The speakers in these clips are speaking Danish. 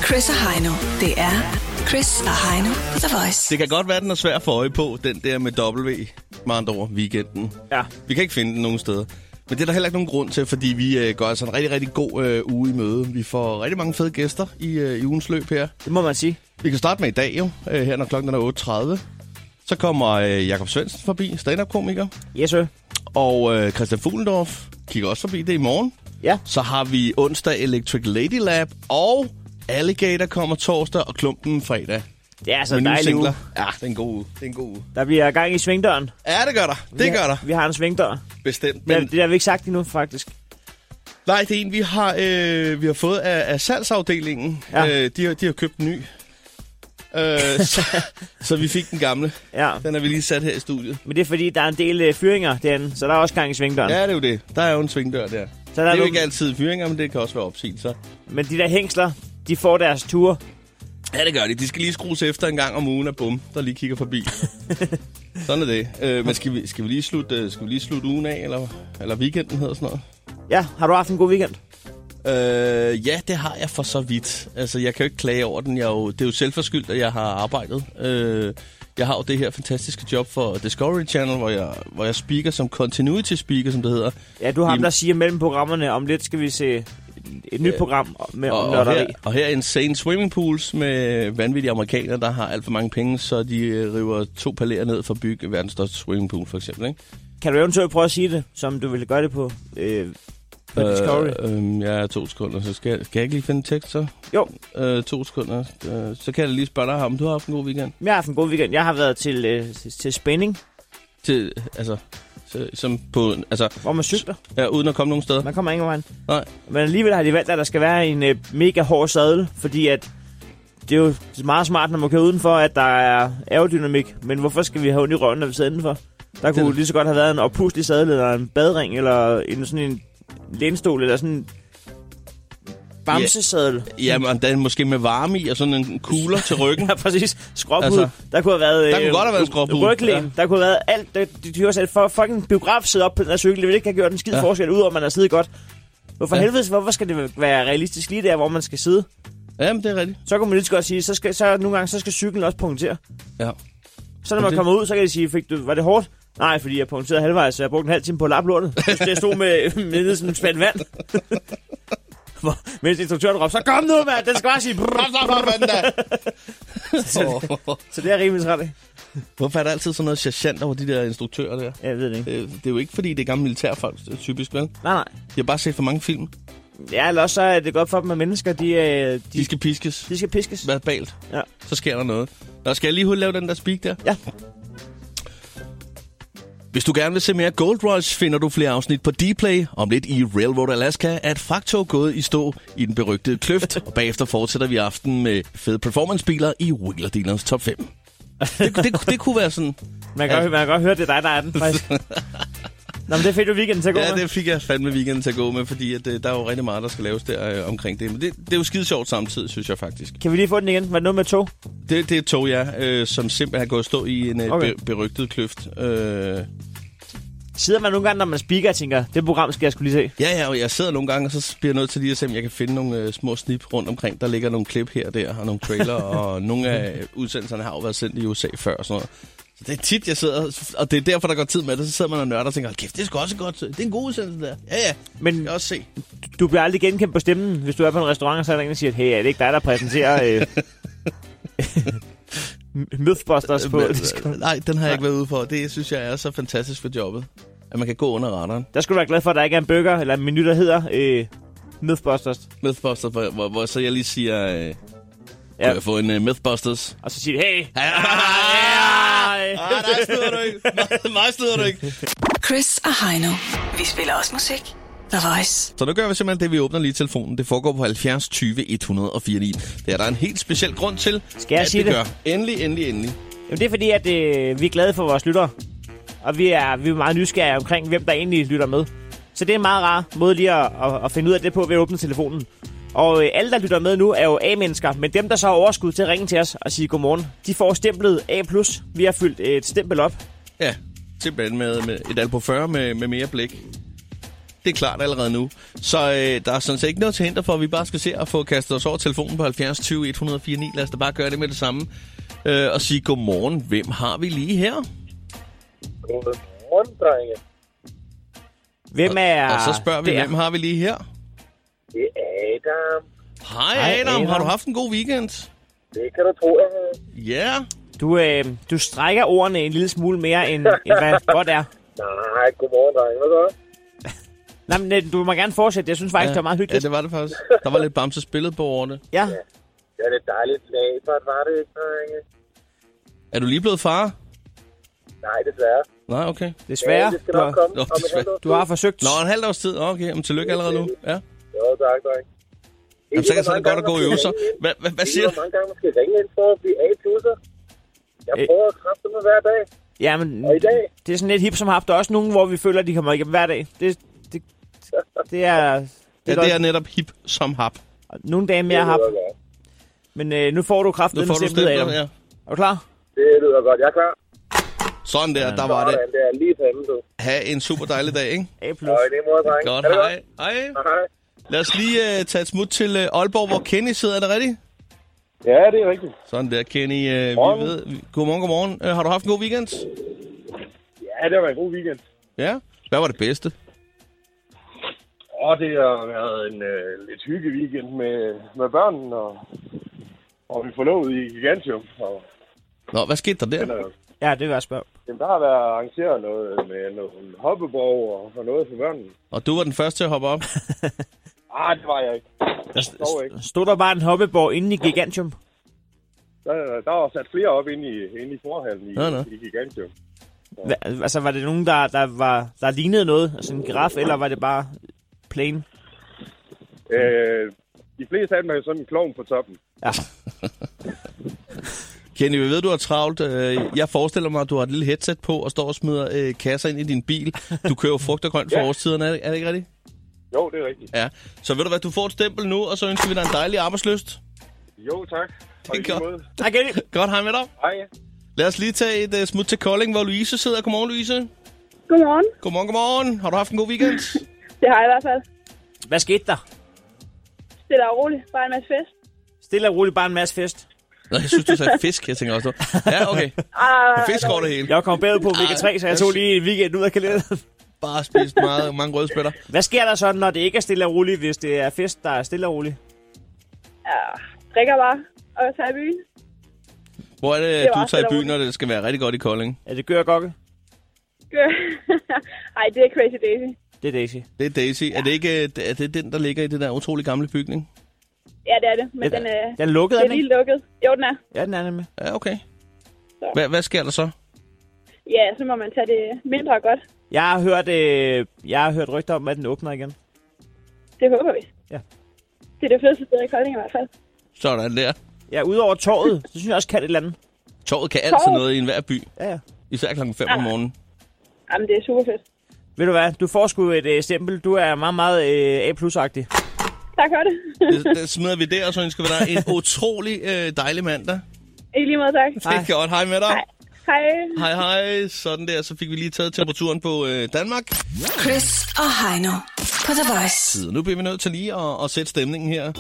Chris og Heino. Det er Chris og Heino på The Voice. Det kan godt være, den er svær at få øje på, den der med W, med andre ord, weekenden. Ja. Vi kan ikke finde den nogen steder. Men det er der heller ikke nogen grund til, fordi vi går altså en rigtig, rigtig god uge i møde. Vi får rigtig mange fede gæster i ugens løb her. Det må man sige. Vi kan starte med i dag jo, her når klokken er 8.30. Så kommer Jakob Svendsen forbi, stand-up-komiker. Yes, sir. Og Christian Fuglendorf kigger også forbi, det er i morgen. Ja. Så har vi onsdag Electric Lady Lab, og Alligator kommer torsdag, og Klumpen fredag. Det er altså en dejlig uge. Ja, det er en god uge. Der bliver gang i svingdøren. Ja, det gør der. Gør der. Vi har en svingdør. Bestemt. Men det har vi ikke sagt endnu, faktisk. Nej, det er en, vi har fået af salgsafdelingen. Ja. De har købt en ny. Så vi fik den gamle. Ja. Den har vi lige sat her i studiet. Men det er fordi, der er en del fyringer derinde, så der er også gang i svingdøren. Ja, det er jo det. Der er jo en svingdør der. Så det er jo ikke altid fyringer, men det kan også være opsigelser. Men de der hængsler, de får deres ture. Ja, det gør de. De skal lige skrues efter en gang om ugen af bum, der lige kigger forbi. Sådan er det. Men skal vi lige slutte ugen af, eller weekenden hedder sådan noget? Ja, har du haft en god weekend? Ja, det har jeg for så vidt. Altså, jeg kan jo ikke klage over den. Det er jo selvforskyldt, at jeg har arbejdet. Jeg har jo det her fantastiske job for Discovery Channel, hvor jeg speaker som continuity speaker, som det hedder. Ja, du har ham, der siger mellem programmerne, om lidt skal vi se et nyt program med nørderi. Og her er Insane Swimming Pools med vanvittige amerikanere, der har alt for mange penge, så de river 2 palæer ned for at bygge verdens største swimming pool, for eksempel, ikke? Kan du eventuelt prøve at sige det, som du ville gøre det på Discovery? Ja, 2 sekunder. Så skal jeg ikke lige finde tekst, så? Jo. 2 sekunder. Så kan jeg lige spørge dig, om du har haft en god weekend? Jeg har haft en god weekend. Jeg har været til spænding. Som på, altså, hvor man cykler. Ja, uden at komme nogen steder. Man kommer ingen vejen. Nej. Men alligevel har de valgt, at der skal være en mega hård sadel, fordi at det er jo meget smart, når man kører udenfor, at der er aerodynamik. Men hvorfor skal vi have ondt i røven, når vi sidder indenfor? Der kunne lige så godt have været en oppustelig sadel, eller en badring, eller sådan en lænestol, eller sådan en bamsesadel. Ja, men den måske med varme i, og sådan en kugler til ryggen. Ja, præcis. Skråbud. Altså, der kunne have været... Der kunne godt have været skråbud. Ryglæn. Ja. Der kunne have været alt. De har sat for fucking biograf sidde op på den her cykel. Det ville ikke have gjort en skid forskel, udover at man har siddet godt. Hvorfor skal det være realistisk lige der, hvor man skal sidde? Jamen, det er rigtigt. Så kan man lige så godt sige, så nogle gange skal cyklen også punktere. Ja. Så når man kommer ud, så kan de sige, var det hårdt? Nej, fordi jeg punkterede halvvejs, så jeg brugte en halv time på at lappe lortet. Jeg stod med sådan en spand vand. Mens instruktøren råbte, så kom nu, mand! Den skal bare sige... Så det er rimelig træt, ikke? Hvorfor er der altid sådan noget sergeant over de der instruktører der? Jeg ved det ikke. Det er jo ikke, fordi det er gamle militærfolk, typisk, vel? Nej. De har bare set for mange film. Ja, eller også så er det godt for dem, at mennesker, de skal piskes. De skal piskes. Verbalt. Ja. Så sker der noget. Nå, skal jeg lige lave den der speak der? Ja. Hvis du gerne vil se mere Gold Rush, finder du flere afsnit på Dplay. Om lidt i Railroad Alaska er et fragttog gået i stå i den berygtede kløft, og bagefter fortsætter vi aften med fede performancebiler i Wheeler Dealers top 5. Det kunne være sådan... Man kan godt høre, det er dig, der er den, faktisk. Nå, men det fik du weekenden til at gå med. Ja, det fik jeg fandme weekenden til at gå med, fordi at, der er jo rigtig meget, der skal laves der omkring det. Men det er jo skide sjovt samtidig, synes jeg faktisk. Kan vi lige få den igen? Var det noget med tog? Det er et tog, ja, som simpelthen har gået at stå i en berygtet kløft. Sidder man nogle gange, når man speaker, og tænker, det program skal jeg skulle lige se? Ja, og jeg sidder nogle gange, og så bliver jeg nødt til lige at se, om jeg kan finde nogle små snip rundt omkring. Der ligger nogle klip her og der, og nogle trailer, og nogle af udsendelserne har jo været sendt i USA før og sådan noget. Så det er tit, jeg sidder, og det er derfor, der går tid med det. Så sidder man og nørder og tænker, kæft, det er sgu også godt. Det er en god udsendelse der. Ja, men jeg kan også se. Du bliver aldrig genkendt på stemmen, hvis du er på en restaurant, og så er der en, der siger, hey, er det ikke dig, der præsenterer Mythbusters på? Nej, den har jeg ikke været ude for. Det synes jeg er så fantastisk for jobbet, at man kan gå under radaren. Der skulle du være glad for, at der ikke er en burger eller en menu, der hedder Mythbusters. Mythbusters, hvor så jeg lige siger, kan jeg få en Mythbusters? Og så siger de, hey! Nej, støder du ikke. Mig støder du ikke. Chris og Heino. Vi spiller også musik. The Voice. Så nu gør vi simpelthen det, vi åbner lige telefonen. Det foregår på 70 20 104 9. Det er der en helt speciel grund til, skal jeg sige det? Gør. Endelig. Jamen, det er fordi, at vi er glade for vores lyttere. Og vi er meget nysgerrige omkring, hvem der egentlig lytter med. Så det er en meget rar måde lige at finde ud af det på ved at åbne telefonen. Og alle, der lytter med nu, er jo A-mennesker. Men dem, der så har overskud til at ringe til os og sige godmorgen, de får stemplet A+. Vi har fyldt et stempel op. Ja, simpelthen med et Alpo 40 med mere blik. Det er klart allerede nu. Så der er sådan set ikke noget til hinder for, at vi bare skal se at få kastet os over telefonen på 70 20 104 9. Lad os da bare gøre det med det samme. Og sige godmorgen. Hvem har vi lige her? Godmorgen, drenge. Hvem er Og så spørger vi, der? hvem har vi lige her? Det er Adam. Hej Adam. Har du haft en god weekend? Det kan du tro, jeg har. Ja. Du strækker ordene en lille smule mere, end hvad godt er. Nej, godmorgen, drenge. Hvad så? Nej, men du må gerne fortsætte. Jeg synes faktisk, det var meget Ja, hyggeligt. det var det faktisk. Der var lidt bamse spillet på ordene. Ja. Det er lidt dejligt labert, var det ikke, drenge? Er du lige blevet far? Nej, desværre. Nej, okay. Desværre. Ja, det skal nok komme. Nå, Om et desværre. halvt års Du har forsøgt. Nå, en halvt års tid. Okay, men tillykke allerede nu. Ja. Jo, tak, drenge. Jamen, så er det godt at gå og øve sig. Hvad siger du? Hvor mange gange man skal ringe ind for at blive A-plusser? Jeg prøver at kræfte med hver dag. Ja, men Og i dag? det er sådan lidt hip som haft. Der er også nogen, hvor vi føler, at de kommer igennem hver dag. Det er... Ja, det er netop hip som hap. Nogle dage mere hap. Men nu får du kraften Nu får du stemplet, Adam. stemplet, ja. Er du klar? Det lyder godt. Jeg er klar. Sådan der var det. Sådan, det er lige fremme, du. Ha' en super dejlig dag, ikke? A+. Og i det måde, drenge. Godt, Er det hej. Hej. Hej. Lad os lige tage et smut til Aalborg, hvor Kenny sidder. Er det rigtigt? Ja, det er rigtigt. Sådan der, Kenny. Morgen. Vi ved. Godmorgen. Har du haft en god weekend? Ja, det var en god weekend. Ja. Hvad var det bedste? Og det har været en lidt hygge weekend med børnene, og vi forlovede i Gigantium. Og Nå, hvad skete der der? Ja, det vil jeg spørge. jamen, der har været arrangeret noget med nogle hoppeborg og noget for børnene. Og du var den første til at hoppe op. Det var jeg ikke. Dog ikke. Stod der bare en hoppeborg inde i Gigantium? Der var sat flere op inde i forhallen i Gigantium. Altså, var det nogen, der lignede noget? Altså en giraf, eller var det bare plain? De fleste af dem har sådan en klovn på toppen. Ja. Kenny, vi ved, du har travlt. Jeg forestiller mig, at du har et lille headset på og står og smider kasser ind i din bil. Du kører jo frugt og grønt for årstiden, er det ikke rigtigt? Jo, det er rigtigt. Ja. Så ved du hvad, du får et stempel nu, og så ønsker vi dig en dejlig arbejdsløst. Jo, tak. Det er godt. Tak, Kenny. Godt, hej med dig. Hej. Lad os lige tage et smut til Kolding, hvor Louise sidder. Godmorgen, Louise. Godmorgen. Godmorgen. Har du haft en god weekend? Det har jeg i hvert fald. Hvad skete der? Stille og roligt. Bare en masse fest. Stille og roligt, bare en masse fest. Nå, jeg synes, du sagde fisk. Jeg tænker også. Ja, okay. Fisk over det hele. Jeg kom bagud på Omega 3, så jeg tog lige en weekend ud af kalenderen. Bare spist mange rødspætter. Hvad sker der så, når det ikke er stille og roligt, hvis det er fest, der er stille og roligt? Ja, drikker bare og tager i byen. Hvor er det, Det var du også tager i stille og byen, når det skal være rigtig godt i Kolding? Er det Gør og Gokke? Ej, det er Crazy Daisy. Det er Daisy. Det er Daisy. Ja. Er det den, der ligger i det der utrolig gamle bygning? Ja, det er det. Men Den den er lukket, det er er den lige ikke? lukket. Jo, den er. Ja, den er nemlig. Ja, okay. Så. Hvad sker der så? Ja, så må man tage det mindre godt. Jeg har hørt rygter om, at den åbner igen. Det håber vi. Ja. Det er det fedeste sted i Kolding i hvert fald. Sådan der. Ja, udover torvet, så synes jeg også, kan det et eller andet. Torvet kan altid noget i enhver by. Ja. Især klokken 5 om morgenen. Jamen, det er super fedt. Ved du hvad, du får sgu et stempel. Du er meget, meget A+-agtig. Tak for det. Det smider vi der, og så ønsker vi dig en utrolig dejlig mandag. I lige måde, tak. Det er godt. Hej med dig. Hej. Hej. Sådan der, så fik vi lige taget temperaturen på Danmark. Chris og Heino på The Voice. Så nu bliver vi nødt til lige at sætte stemningen her.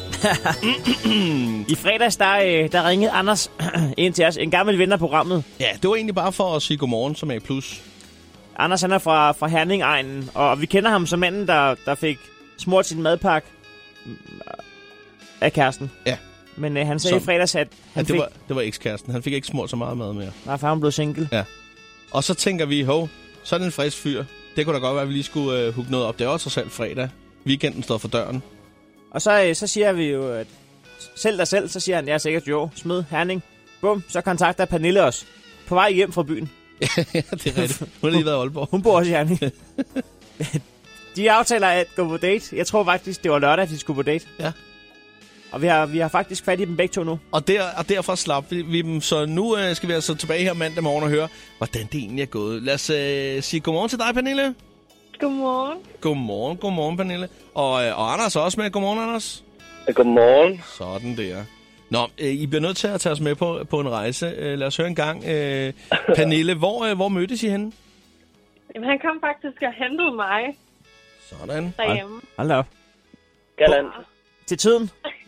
I fredags, der ringede Anders ind til os. En gammel ven af programmet. Ja, det var egentlig bare for at sige godmorgen som A+. Anders, han er fra Herning-egnen, og vi kender ham som manden, der fik smurt sin madpakke af kæresten. Ja. Men han sagde i fredags, at han fik... Det var ekskæresten. Han fik ikke smurt så meget mad mere. Nej, for han blev single. Ja. Og så tænker vi, så er det en frisk fyr. Det kunne da godt være, at vi lige skulle hugge noget op. Det er også selv fredag. Weekenden står for døren. Og så siger vi jo, at selv dig selv, så siger han, ja sikkert jo, smed Herning. Bum, så kontakter Pernille os på vej hjem fra byen. Ja, det er rigtigt. Hun har lige været i Aalborg. Hun bor også i Herning. De aftaler at gå på date. Jeg tror faktisk, det var lørdag, at de skulle på date. Ja. Og vi har faktisk fat i dem begge to nu. Og derfra slap vi dem. Så nu skal vi altså tilbage her mandag morgen og høre, hvordan det egentlig er gået. Lad os sige godmorgen til dig, Pernille. Godmorgen. Godmorgen, Pernille. Og Anders er også med. Godmorgen, Anders. Godmorgen. Sådan der. Nå, I bliver nødt til at tage os med på en rejse. Lad os høre en gang. Pernille, hvor mødtes I henne? Jamen, han kom faktisk og hentede mig. Sådan. derhjemme. Hold da op. Galant. Til tiden.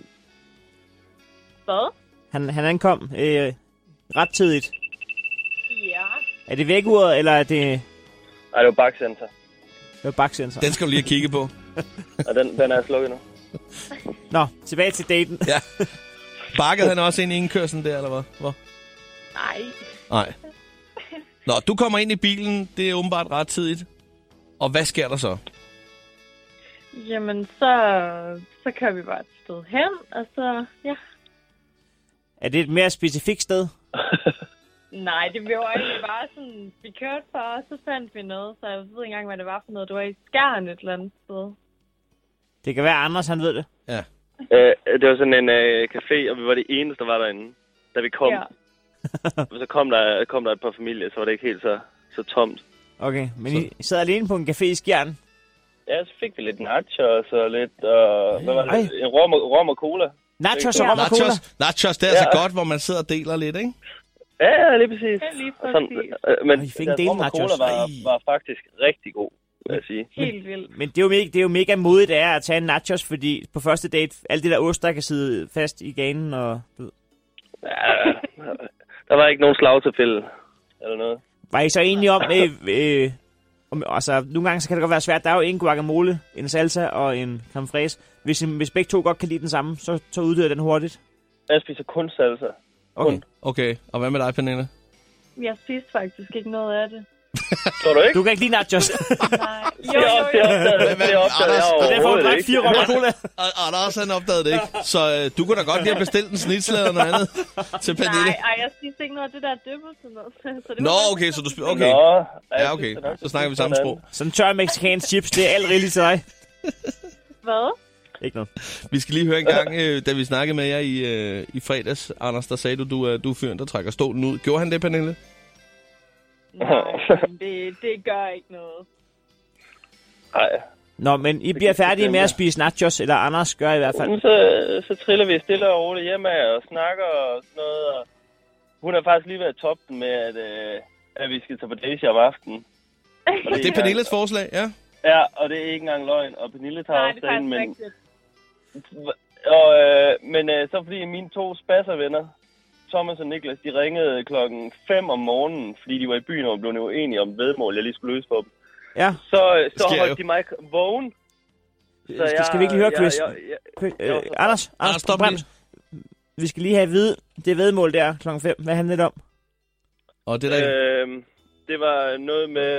Hvad? Han ankom ret tidligt. Ja. Er det vækkeuret, eller er det... Ej, det var bakcenter. Det var baksensor. Den skal du lige have kigget på. Og den er slukket nu. Nå, tilbage til daten. Ja. Bakkede han også ind i indkørslen der, eller hvad? Hvor? Nej. Nej. Nå, du kommer ind i bilen. Det er åbenbart ret tidligt. Og hvad sker der så? Jamen, så kører vi bare et sted hen, og så, ja. Er det et mere specifikt sted? Nej, det var egentlig bare sådan, vi kørte for, og så fandt vi noget, så jeg ved ikke engang, hvad det var for noget. Det var i Skjern et eller andet sted. Det kan være, Anders, han ved det. Ja. Det var sådan en café, og vi var det eneste, der var derinde. Da vi kom, Ja. så kom der et par familier, så var det ikke helt så tomt. Okay, men I sad alene på en café i Skjern. Ja, så fik vi lidt nachos og lidt, hvad var det? En rom og cola. Nachos og rom og cola. Nachos, det er så godt, hvor man sidder og deler lidt, ikke? Ja, lige præcis. Ja, lige Sådan, præcis. men I fik en del rom og cola nachos. var faktisk rigtig god, vil jeg sige. Helt vildt. Men det er jo mega modigt at tage en nachos, fordi på første date, alle de der ost, der kan sidde fast i ganen og... Ja, der var ikke nogen slagtilfælde eller noget. Var I så enige om, altså, nogle gange så kan det godt være svært. Der er jo en guacamole, en salsa og en creme fraise. Hvis begge to godt kan lide den samme, så uddør den hurtigt. Jeg spiser kun salsa. Okay. Okay, og hvad med dig, Pernille? Jeg spiste faktisk ikke noget af det. Tror du ikke? Du kan ikke lide nachos. Nej. Det er opdaget jeg Og derfor har du overhovedet drækt ikke. 4 rom og cola. Anders, han opdagede det ikke. Så du kunne da godt lige have bestilt en snitsel eller noget andet til Pernille. Nej, jeg spiste ikke noget af det der dyppel til noget. Så det Nå, var okay, så du spiller... Okay. Nå, Ja, okay. Så snakker vi samme sprog. Sådan tør mexicansk chips, det er alt rigeligt til dig. Hvad? Ikke noget. Vi skal lige høre en gang, da vi snakkede med jer i fredags, Anders, der sagde du er fyren, der trækker stolen ud. Gjorde han det, Pernille? Nej, det gør ikke noget. Nej. Nå, men I bliver færdige med at spise nachos, eller Anders gør i hvert fald. Så triller vi stille og roligt hjemme og snakker og sådan noget. Og hun har faktisk lige været toppen med, at vi skal tage på date om aftenen. Og det er Pernilles forslag, ja? Ja, og det er ikke engang løgn. Og Pernille tager Nej, også det er ind, faktisk men så fordi mine to spasservenner, Thomas og Niklas, de ringede 5:00 om morgenen, fordi de var i byen og blev uenige om vedmål, jeg lige skulle løse for dem. Ja. Så holdt de mig vågen. Skal vi ikke lige høre, Chris? Anders, stop brems. Vi skal lige have at vide, det vedmål der 5:00. Hvad handler det om? Og det der... Det var noget med,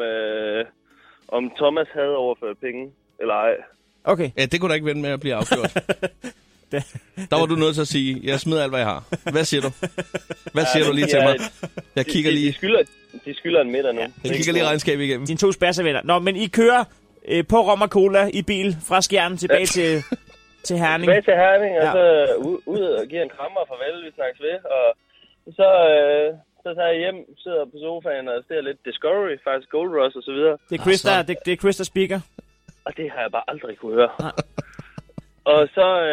om Thomas havde overført penge, eller ej. Okay. Ja, det kunne da ikke vente med at blive afgjort. Der var du nødt til at sige, jeg smider alt, hvad jeg har. Hvad siger du? Hvad siger du lige til mig? Jeg kigger lige... De skylder en middag nu. Ja. Jeg kigger lige regnskabet igennem. Dine to spærservenner. Nå, men I kører på rom og cola i bil fra Skjern tilbage til Herning. Tilbage til Herning, og Ja. så ud og giver en krammer og farvel, vi snakkes ved. Og så tager jeg hjem, sidder på sofaen og ser lidt Discovery, faktisk Gold Rush og så videre. Det er Chris, der speaker. Og det har jeg bare aldrig kunne høre. Og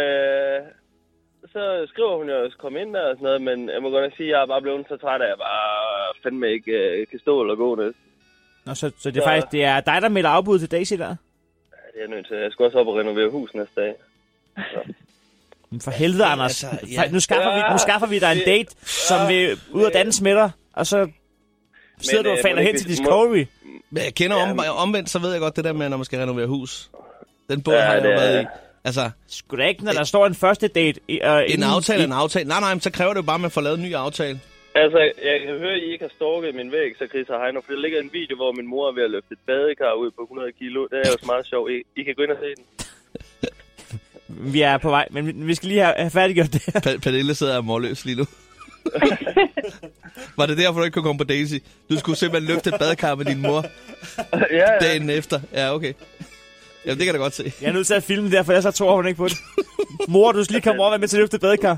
så skriver hun jo, at jeg skal komme ind der og sådan noget, men jeg må godt nok sige, at jeg er bare blevet så træt af, at jeg bare fandme ikke kan stå eller gå næsten. Nå, så det er faktisk dig, der melder afbud til Daisy der? Ja, det er jeg nødt til. Jeg skal også op og renovere hus næste dag. Men for helvede, Anders. Altså, ja. Nu skaffer vi dig en date, som vil ud og danse med dig, og så sidder du og falder hen til Discovery. Men jeg kender omvendt, så ved jeg godt det der med, når man skal renovere hus. Den båd har jeg jo været i. Altså, Sgu da ikke, når der står en første date. en aftale. Nej, men så kræver det jo bare, at man får lavet en ny aftale. Altså, jeg kan høre, at I ikke har stalket min væg, så Chris og Heino, for der ligger en video, hvor min mor er ved at løfte et badekar ud på 100 kilo. Det er jo så meget sjovt. I kan gå ind og se den. Vi er på vej, men vi skal lige have færdiggjort det her. Pernille sidder og målløs lige nu. Var det derfor, du ikke kunne komme på Daisy? Du skulle simpelthen løfte et badekar med din mor Ja. dagen efter. Ja, okay. Jamen, det kan jeg da godt se. Jeg er nødt til at filme det der, for ellers så tror hun ikke på det. Mor, du skal lige komme over og være med til at løfte et badekar.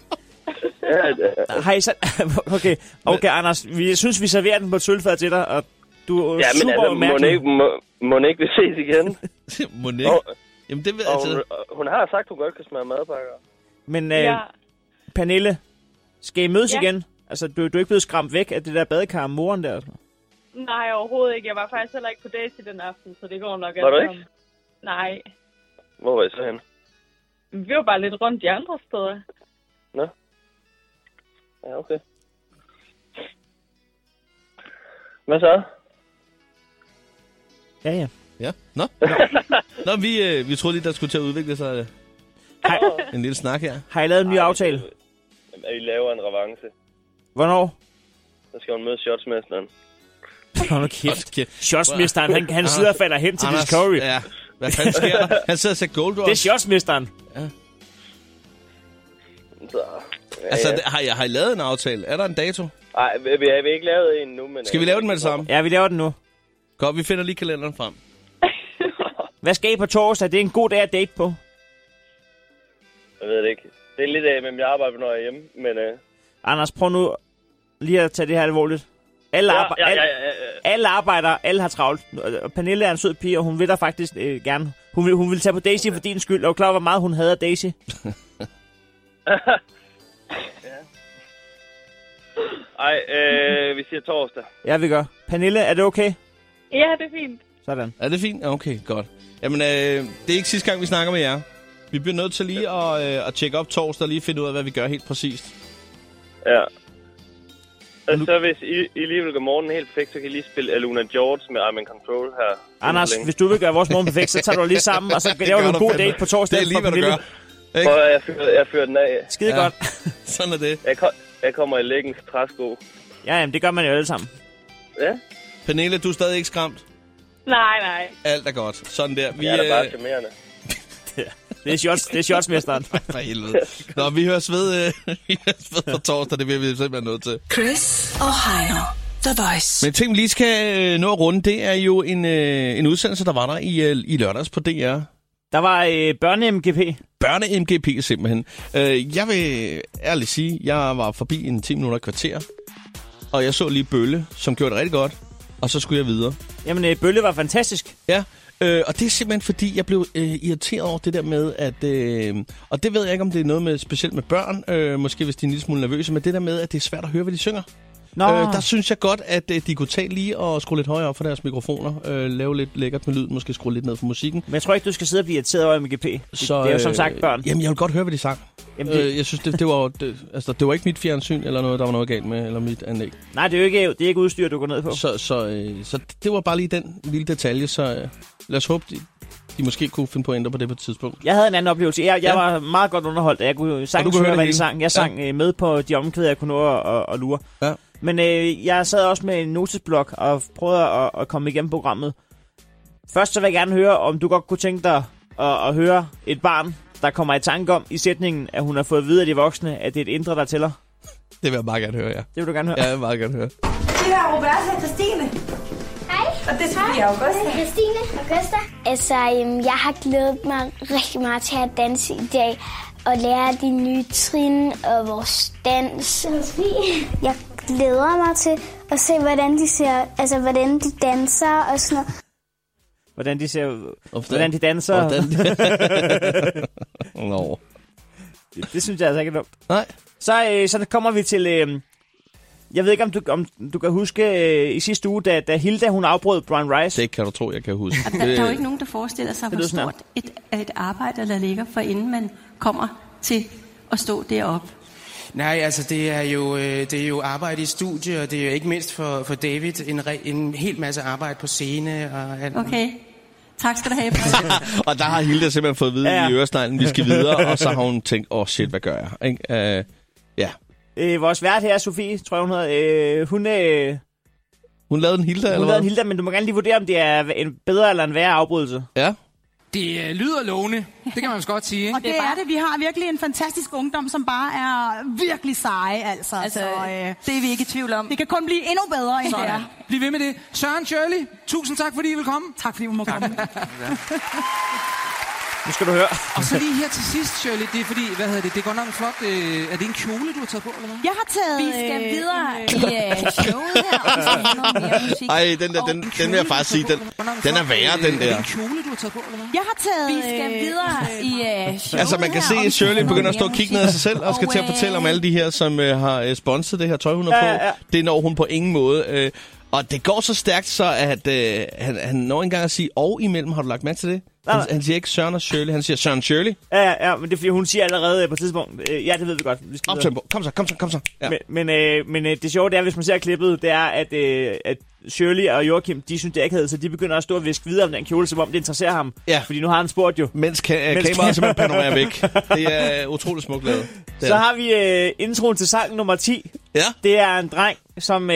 Har I så... Okay, Anders. Vi synes, vi serverer den på et sølvfad til dig, og du er super opmærksom. Må ikke vi ses igen? Må ikke? Jamen, det ved jeg til. Hun har sagt, hun godt kan smage madpakker. Men Ja. Pernille, skal I mødes Ja. igen? Altså, du er ikke blevet skræmt væk af det der badekar om moren der? Nej, overhovedet ikke. Jeg var faktisk heller ikke på Daisy den aften, så det går nok. Var du ikke? Nej. Hvor var I så henne? Vi var bare lidt rundt de andre steder. Nå. Ja, okay. Hvad så? Ja. Ja, Nå, vi troede lige, der skulle til at udvikle sig en lille snak her. Har I lavet en ny aftale? At I laver en revanche. Hvornår? Så skal hun møde shotsmesteren. Hold nu kæft. Shotsmesteren, han sidder og falder hen til Anders, Discovery. Ja, hvad fanden sker der? Han sidder og ser Gold Rush. Det er shotsmesteren. Ja. Så, Altså, har I lavet en aftale? Er der en dato? Nej, vi har ikke lavet en nu, men... Skal vi lave den med det samme? Ja, vi laver den nu. Godt, vi finder lige kalenderen frem. Hvad skal I på torsdag? Det er en god dag at date på. Jeg ved det ikke. Det er lidt af, men jeg arbejder, når jeg er hjemme, men... Anders, prøv nu lige at tage det her alvorligt. Alle arbejder, alle har travlt. Og Pernille er en sød pige, og hun vil der faktisk gerne. Hun vil tage på Daisy for din skyld. Og klar, hvor meget hun hader Daisy. Ej, vi siger torsdag. Ja, vi gør. Pernille, er det okay? Ja, det er fint. Sådan. Er det fint? Okay, godt. Jamen, det er ikke sidste gang, vi snakker med jer. Vi bliver nødt til lige at tjekke op torsdag og lige finde ud af, hvad vi gør helt præcist. Ja. Og så hvis I lige vil gøre morgenen helt perfekt, så kan I lige spille Aluna George med I'm in Control her. Anders, hvis du vil gøre vores morgen perfekt, så tager du lige sammen, og så laver du en god date på torsdag. Det er lige, hvad du gør. Prøv, jeg fyrer den af. Skide godt. Sådan er det. Jeg kommer i læggens træsko. Ja, jamen, det gør man jo alle sammen. Ja. Pernille, du er stadig ikke skræmt? Nej. Alt er godt. Sådan der. Jeg er da bare charmerende. Det er shotsmesteren. For helvede. Nå, vi høres ved på torsdag. Det bliver vi simpelthen nødt til. Chris og Heino. The Voice. Men ting, vi lige skal nå at runde, det er jo en udsendelse, der var der i lørdags på DR. Der var børne-MGP. Børne-MGP simpelthen. Jeg vil ærligt sige, jeg var forbi en 10 minutter kvarter, og jeg så lige Bølle, som gjorde det rigtig godt, og så skulle jeg videre. Jamen, Bølle var fantastisk. Ja, og det er simpelthen fordi, jeg blev irriteret over det der med, at... og det ved jeg ikke, om det er noget med specielt med børn, måske hvis de er en lille smule nervøse, men det der med, at det er svært at høre, hvad de synger. Der synes jeg godt, at de kunne tage lige og skrue lidt højere op for deres mikrofoner. Lave lidt lækkert med lyden, måske skrue lidt ned for musikken. Men jeg tror ikke, du skal sidde og blive irriteret over MGP. Det er jo som sagt børn. Jamen, jeg vil godt høre, hvad de sang. Jamen, jeg synes, det var ikke mit fjernsyn eller noget, der var noget galt med, eller mit anlæg. Nej, det er ikke udstyr, du går ned på. Så det var bare lige den lille detalje, så lad os håbe, de måske kunne finde på at ændre på det på et tidspunkt. Jeg havde en anden oplevelse. Jeg var meget godt underholdt, jeg kunne sagtens høre, hvad de sang. Jeg sang med på de omkvæder, jeg kunne nå at lure. Ja. Men jeg sad også med en notesblok og prøvede at komme igennem programmet. Først så vil jeg gerne høre, om du godt kunne tænke dig at høre et barn, der kommer i tanke om i sætningen, at hun har fået at vide af de voksne, at det er et indre, der tæller. Det vil jeg meget gerne høre, ja. Det vil du gerne høre? Ja, jeg vil meget gerne høre. Det er Roberta og Christine. Hej. Og det er Sofie og Augusta. Christine og Augusta. Altså, jeg har glædet mig rigtig meget til at danse i dag. Og lære de nye trin og vores dans. Jeg glæder mig til at se, hvordan de danser og sådan noget. Hvordan de danser. Nå. Det synes jeg altså ikke er dumt. Nej. Så kommer vi til... jeg ved ikke, om du kan huske i sidste uge, da Hilda hun afbrød Brian Rice. Det kan du tro, jeg kan huske. Der er jo ikke nogen, der forestiller sig, hvor stort et arbejde, der ligger for, inden man kommer til at stå deroppe. Nej, altså det er jo arbejde i studie, og det er jo ikke mindst for David en hel masse arbejde på scene. Og alt. Okay. Tak skal du have. Og der har Hilda simpelthen fået at vide i øresneglen, vi skal videre, og så har hun tænkt, shit, hvad gør jeg? Ikke? Ja. Vores vært her, Sofie, tror jeg hun hedder, hun lavede en Hilda, Hun lavede en Hilda, men du må gerne lige vurdere, om det er en bedre eller en værre afbrydelse. Ja. Det lyder lovende. Det kan man også godt sige, ikke? Og det er det. Vi har virkelig en fantastisk ungdom, som bare er virkelig seje, altså. Det er vi ikke i tvivl om. Det kan kun blive endnu bedre, end det er. Bliv ved med det. Søren, Shirley, tusind tak, fordi I vil komme. Tak, fordi I må komme. Nu skal du høre. Og så lige her til sidst, Shirley, det er fordi, det er godt nok flot. Er det en kjole, du har taget på, eller hvad? Jeg har taget... Vi skal videre i showet her, og så noget mere musik. Ej, den vil jeg faktisk sige, den er værre, den der. Er det en kjole, du har taget på, eller hvad? Jeg har taget... Vi skal videre i showet. Altså, man kan se, at Shirley begynder at stå og kigge ned af sig selv, og skal til at fortælle om alle de her, som har sponset det her tøj, hun har på. Det når hun på ingen måde. Og det går så stærkt, så at han når engang at sige, og imellem, har du lagt mærke til det? Han siger ikke Søren og Shirley, han siger Søren Shirley. Ja, men det er fordi, hun siger allerede på et tidspunkt, ja, det ved vi godt. Vi skal kom så. Ja. Men det sjove, det er, hvis man ser klippet, det er, at Shirley og Joachim, de synes, det er ikke havde, så de begynder at stå og viske videre om den kjole, som om det interesserer ham. Ja. Fordi nu har han spurgt jo. Mens kameraet simpelthen panorerer væk. Det er utroligt smukt lavet. Så har vi introen til sang nummer 10. Ja. Det er en dreng, som...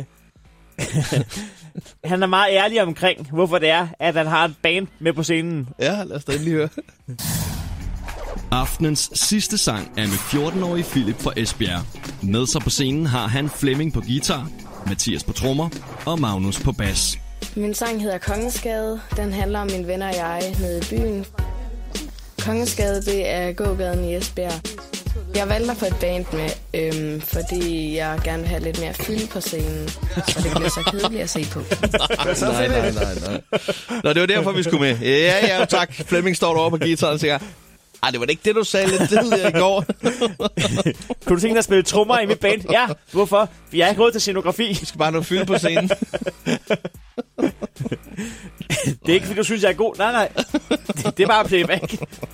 han er meget ærlig omkring, hvorfor det er, at han har et band med på scenen. Ja, lad os da endelig høre. Aftenens sidste sang er med 14-årige Philip fra Esbjerg. Med sig på scenen har han Flemming på guitar, Mathias på trommer og Magnus på bas. Min sang hedder Kongensgade. Den handler om mine venner og jeg nede i byen. Kongensgade, det er gågaden i Esbjerg. Jeg valgte at få et band med, fordi jeg gerne vil have lidt mere fylde på scenen, så det bliver så kedeligt at se på. Nej. Nå, det var derfor, vi skulle med. Ja, tak. Flemming står derovre på guitaren og siger, det var ikke det, du sagde lidt tidligere i går. Kunne du tænke dig at spille trommer i mit band? Ja, hvorfor? Jeg har ikke råd til scenografi. Vi skal bare nå fylde på scenen. Det er ikke, fordi du synes, jeg er god. Nej. Det er bare playback.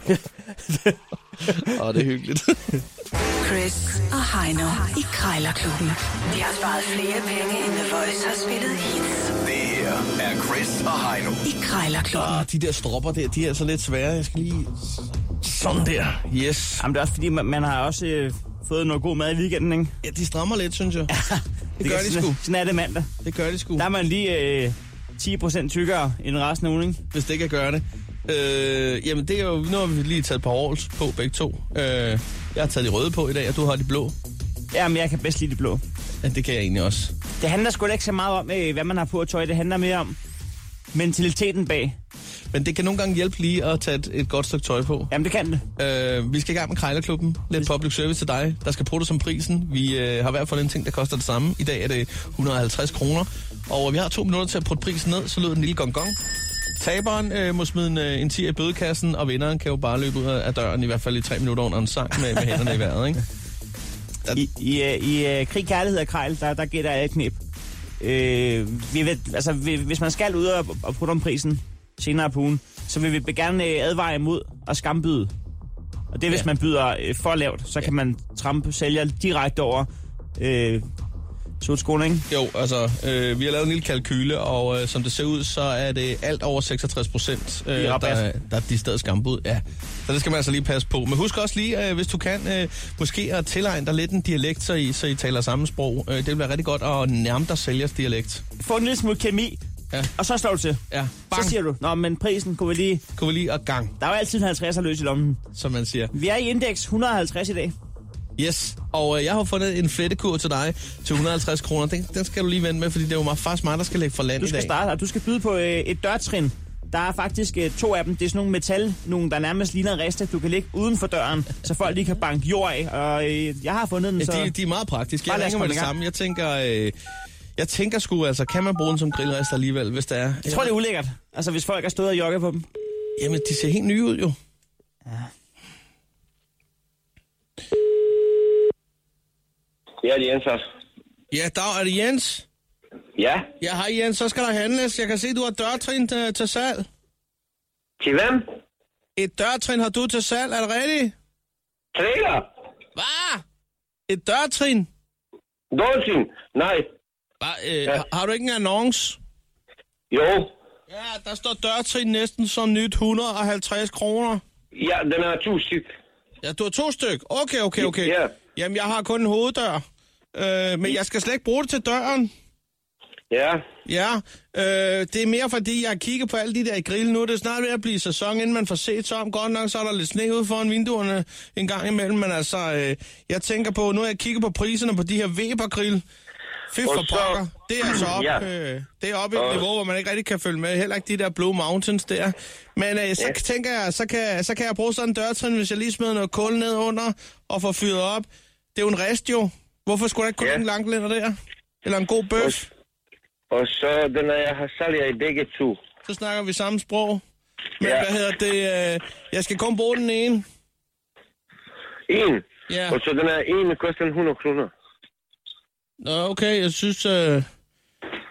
Det er hyggeligt. Chris og Heino i Krejlerklubben. De har sparet flere penge, end The Voice har spillet hits. Det her er Chris og Heino i Krejlerklubben. De der stropper der, de er altså lidt svære. Jeg skal lige... Sådan der. Yes. Jamen, det er også fordi, man har også fået noget god mad i weekenden, ikke? Ja, de strammer lidt, synes jeg. Ja, det gør de sgu. Sådan er det mandag. Det gør de sgu. Der er man lige 10% tykkere end resten af ugen, ikke? Hvis det ikke kan gøre det. Jamen, det er jo... Nu har vi lige taget et par Halls på begge to. Jeg har taget de røde på i dag, og du har de blå. Jamen, jeg kan bedst lide de blå. Ja, det kan jeg egentlig også. Det handler sgu da ikke så meget om, hvad man har på tøj. Det handler mere om mentaliteten bag. Men det kan nogle gange hjælpe lige at tage et godt stykke tøj på. Jamen, det kan det. Vi skal i gang med Krejlerklubben. Lidt public service til dig, der skal bruge det som prisen. Vi har i hvert fald en ting, der koster det samme. I dag er det 150 kroner. Og vi har 2 minutter til at putte prisen ned, så lyder den lille gong-gong. Taberen må smide en 10 i bødekassen, og vinderen kan jo bare løbe ud af døren, i hvert fald i 3 minutter under en sang med hænderne i vejret, ikke? I Krig, Kærlighed og Krejl, der gætter jeg et knep. Hvis man skal ud og putte om prisen senere på ugen, så vil vi gerne advare imod at skambyde. Og det hvis man byder for lavt, så kan man trampe sælger direkte over sutskolen, ikke? Jo, altså, vi har lavet en lille kalkyle, og som det ser ud, så er det alt over 66%, der er de steder skambud. Ja, så det skal man altså lige passe på. Men husk også lige, hvis du kan, måske at tilegne dig lidt en dialekt, så I taler samme sprog. Det vil være rigtig godt at nærme dig sælgers dialekt. Få en lille smule kemi, og så slår du til. Ja. Så siger du, nå, men prisen kunne vi lige og gang. Der er jo altid en 50'er løs i lommen. Som man siger. Vi er i indeks 150 i dag. Yes, og jeg har fundet en flettekur til dig til 150 kroner. Den skal du lige vente med, fordi det er jo faktisk mig, der skal lægge for land i dag. Du skal starte, og du skal byde på et dørtrin. Der er faktisk 2 af dem. Det er sådan nogle metal, der nærmest ligner riste. Du kan lægge uden for døren, så folk lige kan banke jord af. Og jeg har fundet den, ja, så... De er meget praktiske. Jeg ringer med det samme. Jeg tænker sgu, altså, kan man bruge den som grillrester alligevel, hvis det er? Jeg tror, det er ulækkert. Altså, hvis folk har stået og jogget på dem. Jamen, de ser helt nye ud, jo. Ja. Ja, det er Jens. Ja, der er det Jens. Ja. Ja, hej Jens, så skal der handles. Jeg kan se, du har dørtrin til salg. Til hvem? Et dørtrin har du til salg, er det rigtigt? Trailer? Hvad? Et dørtrin? Dørtrin? Nej. Har du ikke en annonce? Jo. Ja, der står dørtrin næsten som nyt 150 kroner. Ja, den er 2 styk. Ja, du har 2 styk. Okay. Ja. Jamen, jeg har kun en hoveddør. Men jeg skal slet ikke bruge det til døren. Ja. Ja, det er mere fordi, jeg kigger på alle de der grill nu. Det er snart ved at blive sæson, inden man får set sig om. Godt nok, så er der lidt sne ude foran vinduerne en gang imellem. Men altså, jeg tænker på, nu har jeg kigget på priserne på de her Weber-grill. Fy for pokker. Det er altså op, det er oppe i et niveau, hvor man ikke rigtig kan følge med. Heller ikke de der Blue Mountains der. Men så tænker jeg, så kan jeg bruge sådan en dørtrin, hvis jeg lige smider noget kul ned under og får fyret op. Det er jo en rest jo. Hvorfor skulle der ikke kun en langlænder der? Eller en god bøf? Og så den er, jeg har salg i begge to. Så snakker vi samme sprog. Men hvad hedder det? Jeg skal kun bruge den ene. En? Ja. Og så den er en, koster 100 kroner. Nå, okay. Jeg synes...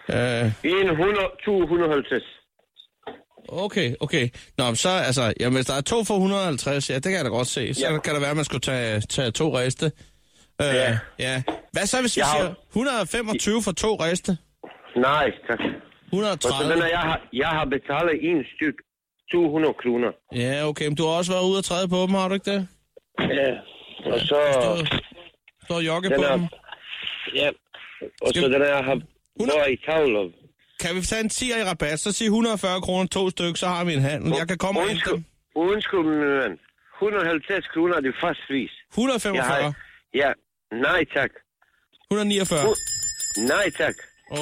150. Okay. Nå, så altså, jamen, hvis der er 2 for 150, ja, det kan jeg da godt se. Så kan det være, at man skulle tage 2 riste. Ja. Hvad så, hvis vi siger 125 for 2 riste? Nej, tak. 130. Jeg har betalt en styk 200 kroner. Ja, okay, men du har også været ude og træde på dem, har du ikke det? Ja, og så... Står jogge på dem? Ja, og så den her har været i tavler. Kan vi tage en 10'er i rabat, så sig 140 kroner 2 stykker, så har vi en handel. Jeg kan komme og hente dem. Undskyld, min ven. 150 kroner er det fast pris. 145? Ja, nej tak. 149? Nej tak.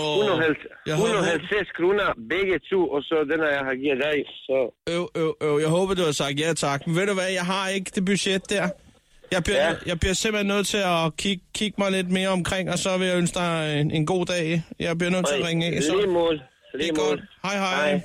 150 kroner begge to, og så den jeg har givet dig, så... Jeg håber, du har sagt ja tak. Men ved du hvad, jeg har ikke det budget der. Jeg bliver simpelthen nødt til at kigge mig lidt mere omkring, og så vil jeg ønske dig en god dag. Jeg bliver nødt til at ringe af. Lige mål. Hej.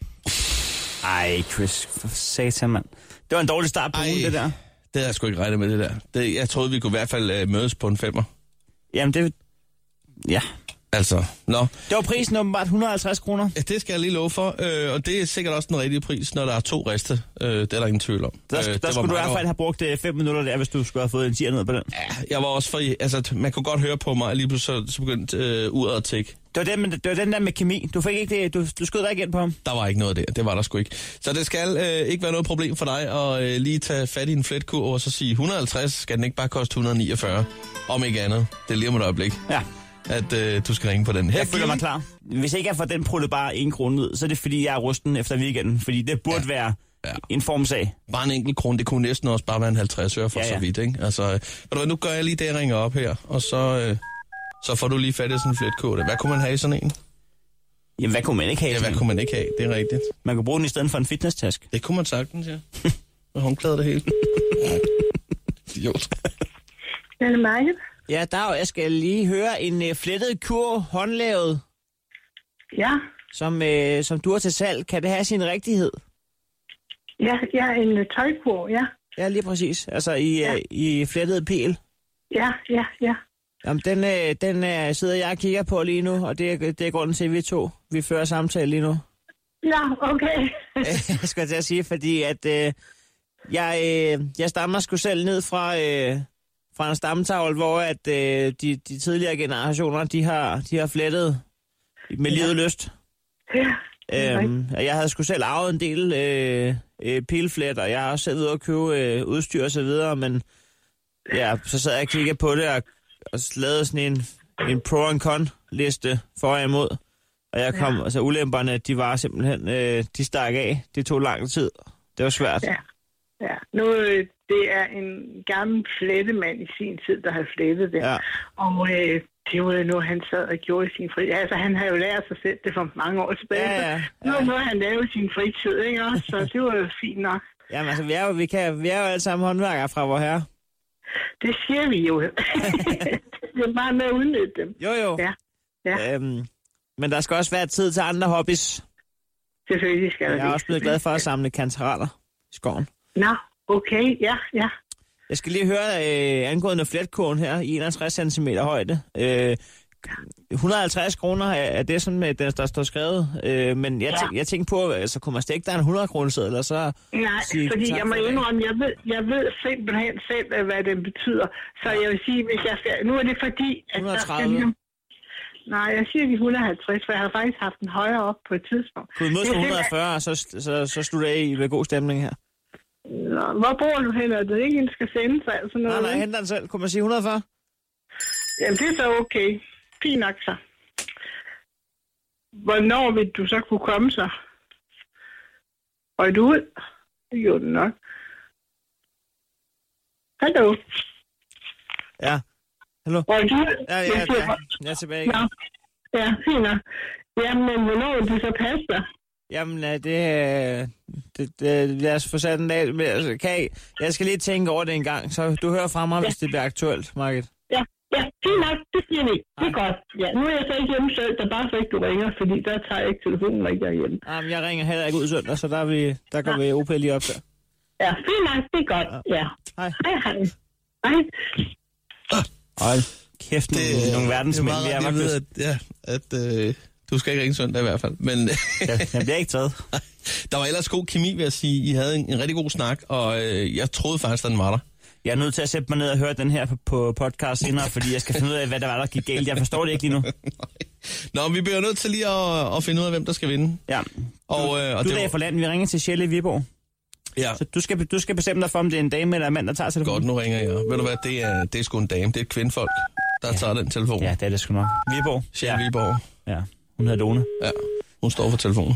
Ej, Chris, for satan, mand. Det var en dårlig start på ugen, det der. Det havde jeg sgu ikke regnet med, det der. Jeg troede, vi kunne i hvert fald mødes på en 5'er. Jamen, det... Ja. Altså, nå. Det var prisen åbenbart 150 kroner. Ja, det skal jeg lige love for. Og det er sikkert også den rigtige pris, når der er 2 riste. Det er der ingen tvivl om. Der skulle du i hvert fald have brugt 5 minutter der, hvis du skulle have fået en 10'er ned på den. Ja, jeg var også altså, man kunne godt høre på mig, og lige pludselig så begyndte uret at tikke. Det var den der med kemi. Du fik ikke det, du skød dig ikke ind på ham. Der var ikke noget der, det var der sgu ikke. Så det skal ikke være noget problem for dig at lige tage fat i en fletkurv og så sige 150, skal den ikke bare koste 149? Om ikke andet. Det er lige om et øjeblik. Ja. At du skal ringe på den her. Jeg føler mig klar. Hvis ikke jeg får den pruttet bare 1 krone ud, så er det fordi, jeg er rusten efter weekenden. Fordi det burde være en formsag. Bare en enkelt krone, det kunne næsten også bare være en 50 øre for så vidt, ikke? Altså, nu gør jeg lige det, jeg ringer op her, og så får du lige fat i sådan en fletkode. Hvad kunne man have i sådan en? Jamen, hvad kunne man ikke have? Ja, hvad kunne man ikke have? Det er rigtigt. Man kunne bruge den i stedet for en fitnesstask. Det kunne man sagtens, ja. Med håndklæder det hele. Idiot. Er det Market? Ja, jeg skal lige høre en flettet kurv, håndlavet. Ja. Som du har til salg. Kan det have sin rigtighed? Ja, en tøjkurv, ja. Ja, lige præcis. Altså i flettet pæl. Ja. Jamen, den sidder jeg og kigger på lige nu, og det er grunden til, at vi fører samtale lige nu. Ja, okay. Jeg skal til at sige, fordi at jeg stammer sgu selv ned fra en stamtavle, hvor at de tidligere generationer, de har flettet med livet lyst. Ja. Jeg havde sgu selv arvet en del pilflet, og jeg har også selv ved at købe udstyr og så videre, men ja, så sad jeg og kiggede på det og lavede sådan en pro and con liste for og imod. Og jeg kom, altså ulemperne, de var simpelthen, de stak af. Det tog lang tid. Det var svært. Ja. Nu, det er en gammel flettemand i sin tid, der har flettet det. Ja. Og det var nu, han sad og gjorde i sin fritid. Altså, han har jo lært sig selv det for mange år tilbage. Ja. Nu er noget, han lavede i sin fritid, ikke også? Så det var jo fint nok. Jamen, altså, vi er jo alle sammen håndværkere fra vor herre. Det siger vi jo. Det er bare med at udnytte dem. Jo. Ja. Men der skal også være tid til andre hobbies. Selvfølgelig skal der. Jeg er også blevet glad for at samle kantareller i skoven. Nå, okay, ja. Jeg skal lige høre angående fletkurven her i 61 cm højde. 150 kroner er det, som der står skrevet. Men jeg tænkte på, altså kunne man stikke der en 100 kroner seddel, eller så... Nej, fordi jeg må indrømme, jeg ved simpelthen selv, hvad det betyder. Så jeg vil sige, hvis jeg skal... Nu er det fordi... At 130? Nej, jeg siger de 150, for jeg har faktisk haft den højere op på et tidspunkt. Kunne du mødes på 140, og så slutter jeg i med god stemning her? Nå, hvor bor du hen? Er det ikke, en skal sende sig? Altså noget? Nej, henter den selv. Kunne man sige 140? Jamen, det er så okay. Fint nok så. Hvornår vil du så kunne komme så? Røg du ud? Det gjorde den nok. Hallo? Ja. Hallo? Røg du ud? Ja, jeg er tilbage igen. Ja, fint nok. Jamen, hvornår vil du så passe dig? Jamen, lad os få sat en dag. Jeg skal lige tænke over det en gang, så du hører fra mig, hvis det bliver aktuelt, Margit. Ja, fint nok, det siger vi. Det er godt. Ja, nu er jeg så ikke hjemme selv, der bare så ikke du ringer, fordi der tager jeg ikke telefonen, når jeg er hjemme. Jamen, jeg ringer heller ikke ud søndag, så der går vi OP lige op der. Ja, fint nok, det er godt. Ja. Hej. Hej. Hold kæft, nogle verdensmænd, vi er, at Du skal ikke ringe søndag i hvert fald. Men jeg bliver ikke taget. Der var ellers god kemi, vil jeg sige. I havde en rigtig god snak, og jeg troede faktisk, at den var der. Jeg er nødt til at sætte mig ned og høre den her på podcast senere, fordi jeg skal finde ud af, hvad der var, der gik galt. Jeg forstår det ikke lige nu. Nå, vi bliver nødt til lige at finde ud af, hvem der skal vinde. Ja. Og du er for land. Vi ringer til Shelley Viborg. Ja. Så du skal bestemme dig for, om det er en dame eller en mand, der tager telefonen. Godt, nu ringer jeg. Ved du hvad, det er sgu en dame. Det er et kvindfolk, der tager den telefon. Ja, det er det sgu nok. Viborg. Shelley Viborg. Ja, hun hedder Lone. Ja, hun står for telefonen.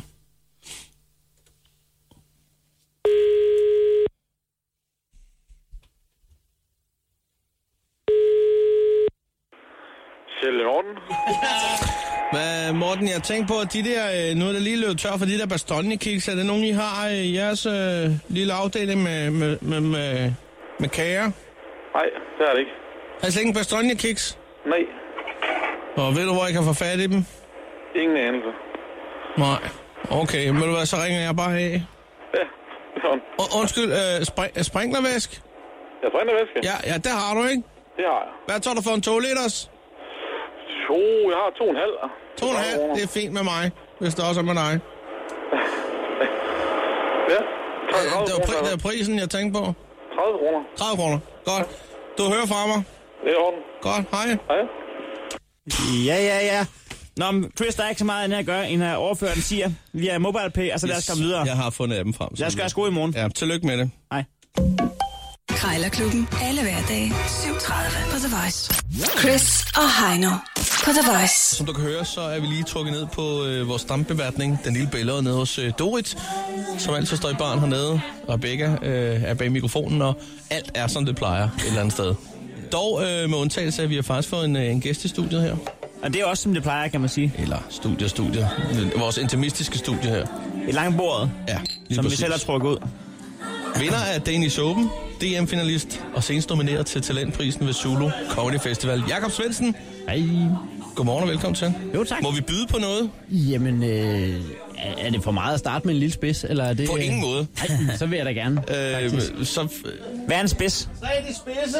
Sjælle Morten. Hvad, Morten, jeg tænkte på, at de der, nu er der lige løbet tør for de der Bastogne-kiks. Er det nogen, I har i jeres lille afdeling med kager? Nej, det er det ikke. Har I slet ikke en Bastogne-kiks? Nej. Og ved du, hvor jeg kan få fat i dem? Ingen anelse. Nej. Okay, men du hvad, så ringer jeg bare af. Ja, sådan. Undskyld, sprinklervæsk? Ja, sprinklervæske? Ja, det har du, ikke? Det har jeg. Hvad tager du for en 2 liters? Jeg har 2,5. 2,5? Det er fint med mig, hvis det også er med dig. Ja, 30 det var prisen, jeg tænkte på. 30 kroner. 30 kroner. Godt. Du hører fra mig. Det er orden. Godt, hej. Hej. Ja. Nå, men Chris, der er ikke så meget andet at gøre, end at overføre den siger via MobilePay, altså lad os komme videre. Jeg har fundet dem frem. Lad os gøre os gode i morgen. Ja, tillykke med det. Hej. Krejlerklubben. Alle hverdage. 7:30 på The Voice. Chris og Heino på The Voice. Som du kan høre, så er vi lige trukket ned på vores stammebeværtning. Den lille billede nede hos Dorit, som altid står i baren hernede. Og Rebecca er bag mikrofonen, og alt er, som det plejer et eller andet sted. Dog med undtagelse af, at vi har faktisk fået en gæst i studiet her. Og det er også, som det plejer, kan man sige. Eller studie. Vores intimistiske studie her. I langbordet. Ja, som præcis. Vi selv har trukket ud. Vinder af Danish Open, DM-finalist og senest nomineret til talentprisen ved Zulu Comedy Festival. Jakob Svendsen. Hej. Godmorgen og velkommen til. Jo, tak. Må vi byde på noget? Jamen, er det for meget at starte med en lille spids? Eller er det, på ingen måde. Nej, så vil jeg da gerne. Hvad er en spids? Så er det spidse.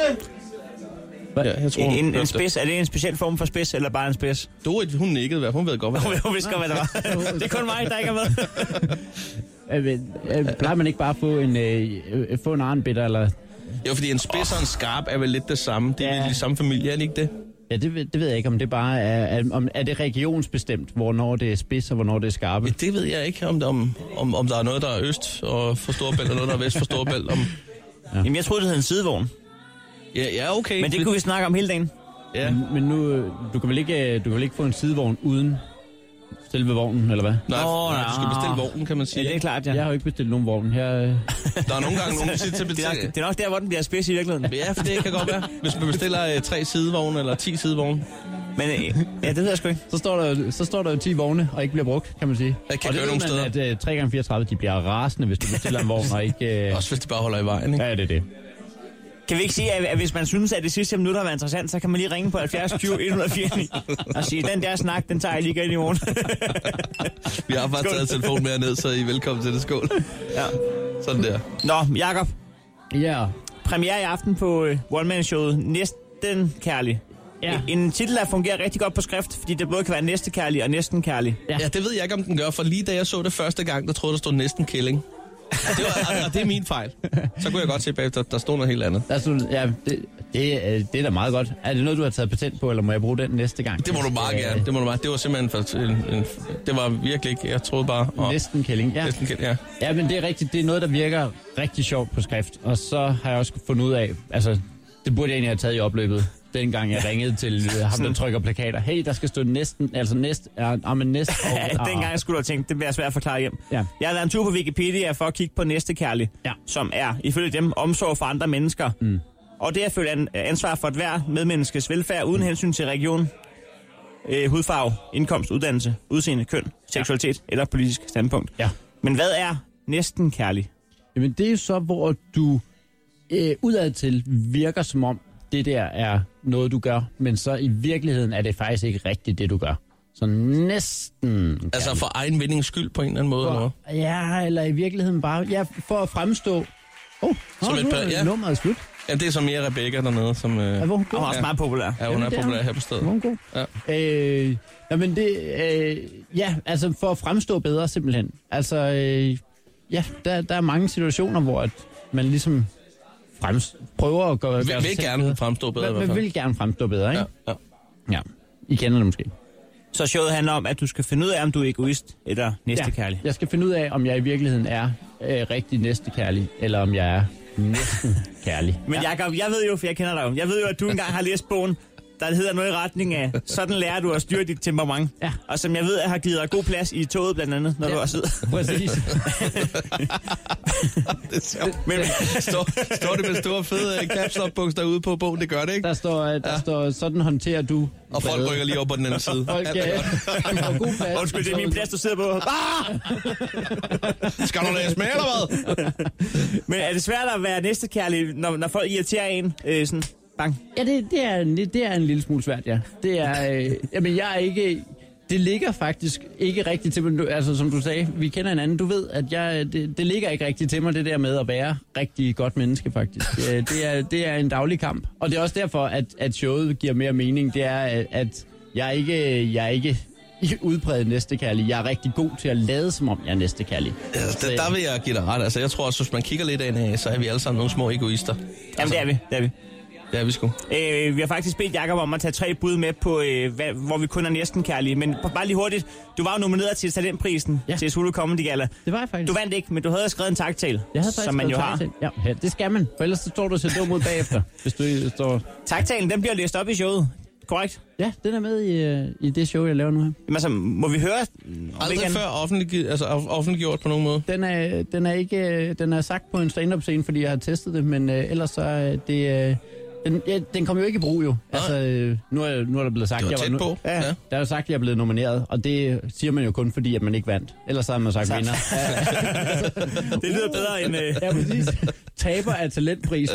Ja, jeg tror, en spids, er det en speciel form for spids, eller bare en spids? Dorit, hun nikkede, hun ved godt, hvad det er. Hun vidste godt, hvad det var. Det er kun mig, der ikke er med. Plejer man ikke bare at få en arnbitter, eller? Jo, fordi en spids og en skarp er vel lidt det samme. Det er i samme familie, er det ikke det? Ja, det ved jeg ikke, om det bare er det regionsbestemt, hvornår det er spids og hvornår det er skarpe. Ja, det ved jeg ikke, om der er noget, der er øst for Storebælt, og noget, der er vest for Storebælt. Ja. Jamen, jeg troede, det hed en sidevogn. Ja, okay. Men det kunne vi snakke om hele dagen. Ja. Men nu, du kan vel ikke få en sidevogn uden selve vognen, eller hvad? Nej, du skal bestille vognen, kan man sige. Ja, det er klart, ja. Jeg har jo ikke bestilt nogen vogn. Der er nogle gange nogen, der siger til at bestille. Det er nok der, hvor den bliver spids i virkeligheden. Ja, for det kan godt være. Hvis man bestiller 3 sidevogne eller 10 sidevogne. Men ja, det ved jeg sgu ikke. Så står der jo 10 vogne og ikke bliver brugt, kan man sige. Jeg kan og det nogle steder. At 3x34, de bliver rasende, hvis du bestiller en vogn og ikke... Også hvis de bare holder i vejen, ikke? Ja, det er det. Kan vi ikke sige, at hvis man synes, at det sidste minutter har været interessant, så kan man lige ringe på 70 20 104 og sige, den der snak, den tager jeg lige igen i morgen. Vi har bare taget telefonen med ned, så I er velkommen til det. Skål. Ja. Sådan der. Nå, Jakob. Ja. Premiere i aften på one-man-showet Næsten Kærlig. Ja. En titel, der fungerer rigtig godt på skrift, fordi det både kan være næstekærlig og næsten kærlig. Ja, det ved jeg ikke, om den gør, for lige da jeg så det første gang, der troede, der stod næsten killing. Det er min fejl. Så kunne jeg godt se bagefter, der stod noget helt andet. Det er da meget godt. Er det noget, du har taget patent på, eller må jeg bruge den næste gang? Det må du meget gerne. Det var simpelthen det var virkelig ikke. Jeg troede bare... Næsten killing, ja. Næsten killing, ja. Ja, men det er rigtigt. Det er noget, der virker rigtig sjovt på skrift. Og så har jeg også fundet ud af... Altså, det burde jeg egentlig have taget i opløbet. Dengang jeg ringede til ham, der trykker plakater. Hey, der skal stå næsten, altså næsten. Dengang skulle du have tænkt, det bliver svært at forklare hjem. Ja. Jeg har været en tur på Wikipedia for at kigge på næstekærlig, som er, ifølge dem, omsorg for andre mennesker. Mm. Og det er følge ansvar for hver medmenneskes velfærd, uden hensyn til region, hudfarve, indkomst, uddannelse, udseende, køn, seksualitet eller politisk standpunkt. Ja. Men hvad er næsten kærlig? Jamen det er jo så, hvor du udadtil virker som om, det der er noget, du gør, men så i virkeligheden er det faktisk ikke rigtigt, det du gør. Så næsten... Altså for egen vindings skyld på en eller anden måde? Ja, eller i virkeligheden bare... Ja, for at fremstå Nummeret er slut. Ja, det er så mere Rebecca dernede, som... Hun er også meget populær. Ja, hun er populær her på stedet. Hun er god. Ja. Jamen altså for at fremstå bedre simpelthen. Altså, der er mange situationer, hvor at man ligesom prøver at gøre... Vil gerne fremstå bedre i hvert fald. Man vil gerne fremstå bedre, ikke? Ja. I kender det måske. Så showet handler om, at du skal finde ud af, om du er egoist eller næstekærlig. Jeg skal finde ud af, om jeg i virkeligheden er rigtig næstekærlig, eller om jeg er næsten kærlig. Men Jacob, jeg ved jo, for jeg kender dig jo, jeg ved jo, at du engang har læst bogen, der hedder noget i retning af, sådan lærer du at styre dit temperament. Ja. Og som jeg ved, har givet dig god plads i toget blandt andet, når du har siddet. Præcis. Det er sjovt. Men står det med store fede caps-lock-buks derude på bogen? Det gør det, ikke? Der står sådan håndterer du. Og folk rykker lige over på den anden side. Folk, får god plads. Undskyld, det er min plads, du sidder på. Skal du læse med, eller hvad? Men er det svært at være næstekærlig, når folk irriterer en sådan... Bang. Ja, det er en lille smule svært, ja. Det er, jamen jeg er ikke, det ligger faktisk ikke rigtigt til mig, altså som du sagde, vi kender hinanden, du ved, at det ligger ikke rigtigt til mig, det der med at være rigtig godt menneske, faktisk. Det er en daglig kamp, og det er også derfor, at showet giver mere mening, det er, at jeg er ikke udpræget næstekærlig. Jeg er rigtig god til at lade, som om jeg er næstekærlig. Ja, der vil jeg give dig ret. Altså, jeg tror også, hvis man kigger lidt af, så er vi alle sammen nogle små egoister. Jamen, det er vi. Ja, vi sgu. Vi har faktisk bedt Jacob om at tage 3 bud med på, hvor vi kun er næsten kærlige. Men bare lige hurtigt. Du var jo nomineret til talentprisen til Zulu Comedy Gala. Det var jeg faktisk. Du vandt ikke, men du havde skrevet en taktale, som man jo har. Ja, det skal man. For ellers så står du så dum ud bagefter, hvis du står... Taktalen, den bliver læst op i showet. Korrekt? Ja, den er med i det show, jeg laver nu her. Jamen altså, må vi høre... Aldrig før offentliggjort på nogen måde? Den er sagt på en stand-up-scene, fordi jeg har testet det, men ellers så er det... Den kom jo ikke i brug, jo. Altså, nu er der blevet sagt, det var tæt på. Ja. Der er jo sagt, at jeg er blevet nomineret, og det siger man jo kun, fordi at man ikke vandt. Ellers så har man sagt vinder. Det lyder bedre end... Ja, præcis. Taber af talentprisen.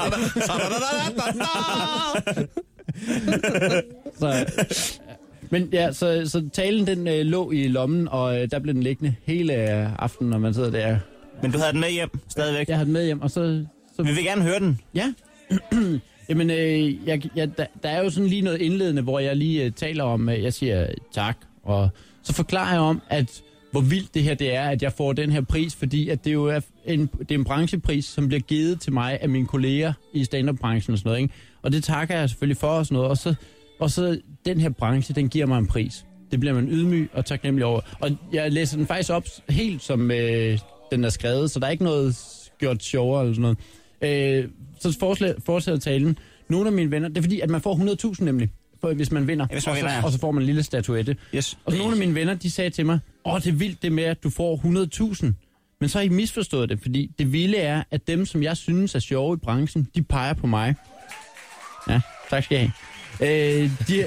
Men ja, så talen den lå i lommen, og der blev den liggende hele aftenen, når man sidder der. Men du havde den med hjem stadigvæk? Jeg havde den med hjem, og så... Vi vil gerne høre den. Ja. Jamen, der er jo sådan lige noget indledende, hvor jeg lige taler om, jeg siger tak, og så forklarer jeg om, at hvor vildt det her det er, at jeg får den her pris, fordi at det jo er en branchepris, som bliver givet til mig af mine kolleger i stand-up-branchen og sådan noget, ikke? Og det takker jeg selvfølgelig for og sådan noget, og så den her branche, den giver mig en pris. Det bliver man ydmyg og taknemmelig over. Og jeg læser den faktisk op helt som den er skrevet, så der er ikke noget gjort sjovere eller sådan noget. Så fortsætter talen. Nogle af mine venner, det er fordi, at man får 100.000 nemlig, hvis man vinder. Ja, hvis man vinder, ja. Og så får man en lille statuette. Yes. Og så nogle af mine venner, de sagde til mig, det er vildt det med, at du får 100.000. Men så har I misforstået det, fordi det vilde er, at dem, som jeg synes er sjove i branchen, de peger på mig. Ja, tak skal I have.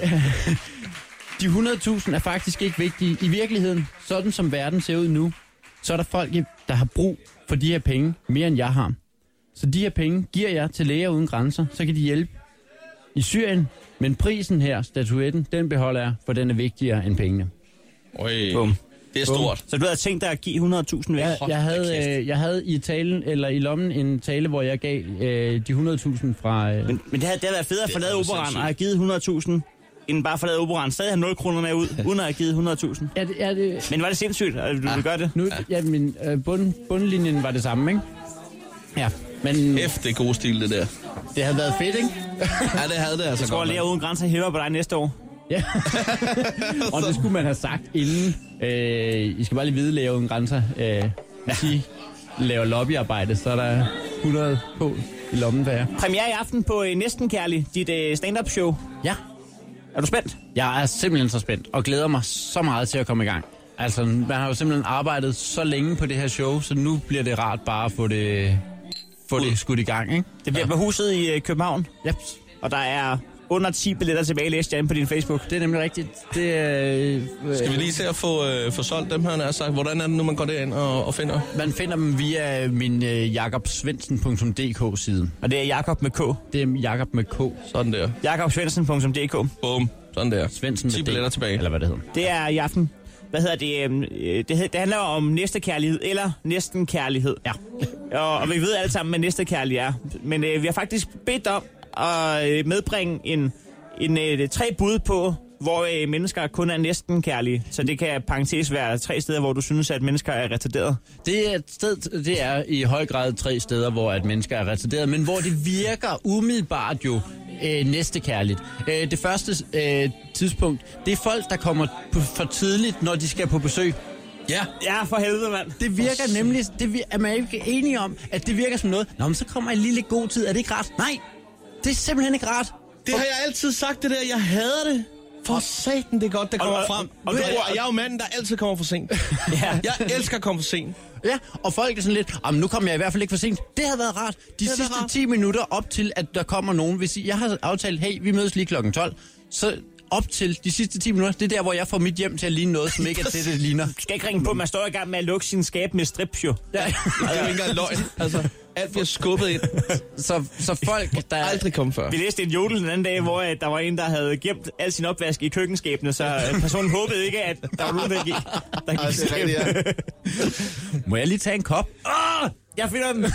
De 100.000 er faktisk ikke vigtige. I virkeligheden, sådan som verden ser ud nu, så er der folk, der har brug for de her penge mere end jeg har. Så de her penge giver jeg til Læger Uden Grænser, så kan de hjælpe i Syrien. Men prisen her, statuetten, den beholder jeg, for den er vigtigere end pengene. Bum. Det er stort. Så du havde tænkt dig at give 100.000 væk? Jeg havde i talen, eller i lommen, en tale, hvor jeg gav de 100.000 fra... Men det havde været federe at forlade operan og have givet 100.000, end bare forlade operan. Stadig have 0 kroner med ud, uden at have givet 100.000. Ja, det... Men var det sindssygt, at du ville gøre det? Nu, min bundlinjen var det samme, ikke? Ja. Men det er god stil, det der. Det havde været fedt, ikke? Ja, det havde det altså. Jeg tror, at Læger Uden Grænser hæver på dig næste år. Ja. Og det skulle man have sagt inden. I skal bare lige vide, Læger Uden Grænser. Hvis I laver lobbyarbejde, så er der 100 på i lommen hver. Premiere i aften på Næsten Kærlig, dit stand-up show. Ja. Er du spændt? Jeg er simpelthen så spændt, og glæder mig så meget til at komme i gang. Altså, man har jo simpelthen arbejdet så længe på det her show, så nu bliver det rart bare at få det skudt i gang, ikke? Det bliver på huset i København. Yep. Og der er under 10 billetter tilbage, læste jeg inde på din Facebook. Det er nemlig rigtigt. Skal vi lige se at få solgt dem her, sagt? Hvordan er det nu, man går derind og finder? Man finder dem via min jakobsvendsen.dk-side. Og det er Jakob med K? Det er Jakob med K. Sådan der. Jakobsvendsen.dk. Bum. Sådan der. Svendsen 10 billetter tilbage. Eller hvad det hedder. Det er i aften. Hvad hedder det? Det handler om næstekærlighed eller næsten kærlighed. Ja. Og vi ved alle sammen, hvad næstekærlig er. Men vi har faktisk bedt om at medbringe en 3 bud på, hvor mennesker kun er næsten kærlige. Så det kan parentes være 3 steder, hvor du synes, at mennesker er retarderet. Det er i høj grad 3 steder, hvor at mennesker er retarderet, men hvor det virker umiddelbart jo næstekærligt. Det første tidspunkt, det er folk, der kommer for tidligt, når de skal på besøg. Ja, for helvede, mand. Det virker nemlig, er man ikke enige om, at det virker som noget. Nå, men så kommer en lille god tid. Er det ikke rart? Nej, det er simpelthen ikke rart. Det har jeg altid sagt, det der. Jeg hader det. For satan, det er godt, det kommer frem. Og jeg er jo manden, der altid kommer for sent. Jeg elsker at komme for sent. Ja, og folk er sådan lidt, nu kommer jeg i hvert fald ikke for sent. Det har været rart. De sidste 10 minutter op til, at der kommer nogen. Hvis jeg har aftalt, hey, vi mødes lige klokken 12, så op til de sidste 10 minutter, det er der, hvor jeg får mit hjem til at ligne noget, som ikke er det ligner. Skal ikke ringe på, man står i gang med at lukke sin skab med strips, jo. Ja. Det er jo ikke engang løgn. Altså, alt bliver skubbet ind. Så folk, der aldrig kom før. Vi læste en jodel den anden dag, hvor der var en, der havde gemt al sin opvask i køkkenskabene, så personen håbede ikke, at der var nogen, der gik. Må jeg lige tage en kop? Jeg finder den.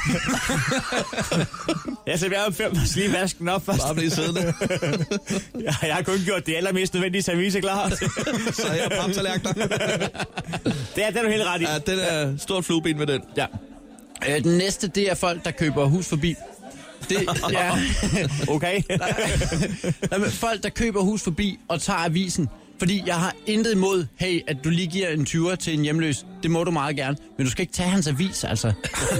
Jeg serverer om 5, og så lige vaske den op først. Bare blive siddende. Jeg har kun gjort det allermest nødvendige service klar. Så jeg har paptallerkener. Det er du helt ret i. Ja, den er stort flueben med den. Ja. Den næste, det er folk, der køber hus forbi. Ja. Okay. Folk, der køber hus forbi og tager avisen. Fordi jeg har intet imod, hey, at du lige giver en 20'er til en hjemløs. Det må du meget gerne. Men du skal ikke tage hans avis, altså.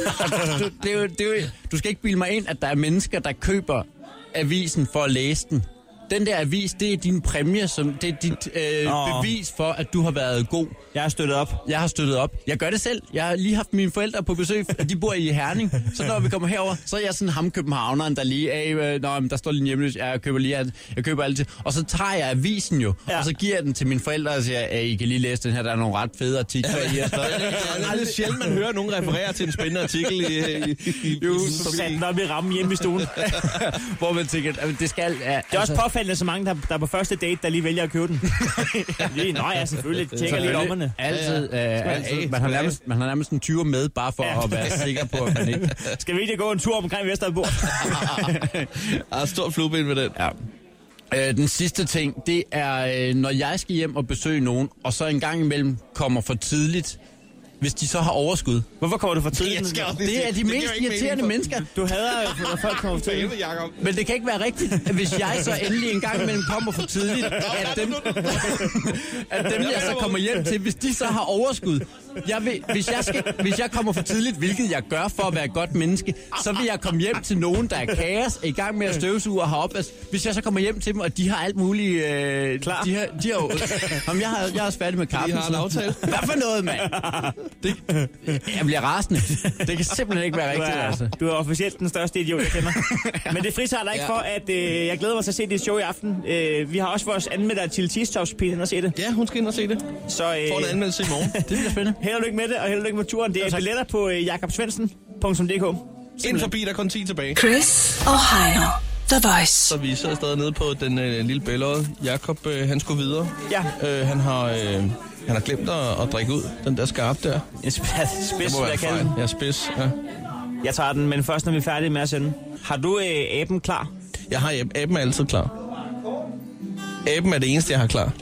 Du skal ikke bilde mig ind, at der er mennesker, der køber avisen for at læse den. Den der avis, det er din præmie, det er dit bevis for, at du har været god. Jeg har støttet op. Jeg gør det selv. Jeg har lige haft mine forældre på besøg. De bor i Herning. Så når vi kommer herover, så er jeg sådan ham københavneren, der lige der står lige en hjemløs. Jeg køber altid. Og så tager jeg avisen jo, og så giver jeg den til mine forældre og siger, I kan lige læse den her. Der er nogle ret fede artikler i. Det er lidt sjældent, man hører nogen referere til en spændende artikel i så sat den op i rammen hjemme i stuen. Hvor man tænker, det skal... Det er også påfaldende så mange, der på første date, der lige vælger at købe den. Nå ja, selvfølgelig. Tjekker lige lommerne. Altid. Man har nærmest en 20'er med, bare for at være sikker på, at man ikke... Skal vi ikke gå en tur omkring Vesterbro? Stor flueben med den. Ja. Den sidste ting, det er, når jeg skal hjem og besøge nogen, og så en gang imellem kommer for tidligt, hvis de så har overskud. Hvorfor kommer du for tidligt? Det er de mest irriterende mennesker. Du hader jo, når folk kommer for tidligt. Men det kan ikke være rigtigt, at hvis jeg så endelig en gang imellem kommer for tidligt, at dem jeg så kommer hjem til, hvis de så har overskud. Hvis jeg kommer for tidligt, hvilket jeg gør for at være et godt menneske, så vil jeg komme hjem til nogen, der er kaos, er i gang med at støvsuge og har opvask. Hvis jeg så kommer hjem til dem, og de har alt muligt... Klar. Jeg er også færdig med kaffen. De har en aftale. Hvad for noget, mand? Jeg bliver rasende. Det kan simpelthen ikke være rigtigt, altså. Du er officielt den største idiot, jeg kender. Men det fritager dig ikke for, at jeg glæder mig til at se dit show i aften. Vi har også vores anmelder til Tistops Pete hen og se det. Ja, hun skal ind og se det. Så får en anmeldelse i morgen. Det bliver spændende. Held og lykke med det, og held og lykke med turen. Det er billetter på jakobsvendsen.dk. Ind forbi, der er kun 10 tilbage. Chris og Heino. The Voice. Så vi sidder stadig nede på den lille bælgerede. Jakob, han skulle videre. Ja. Han har glemt at drikke ud, den der skarp der. En spids, jeg kalder den. Ja, spids, ja. Jeg tager den, men først når vi er færdige med at sende. Har du aben klar? Jeg har aben er altid klar. Aben er det eneste, jeg har klar.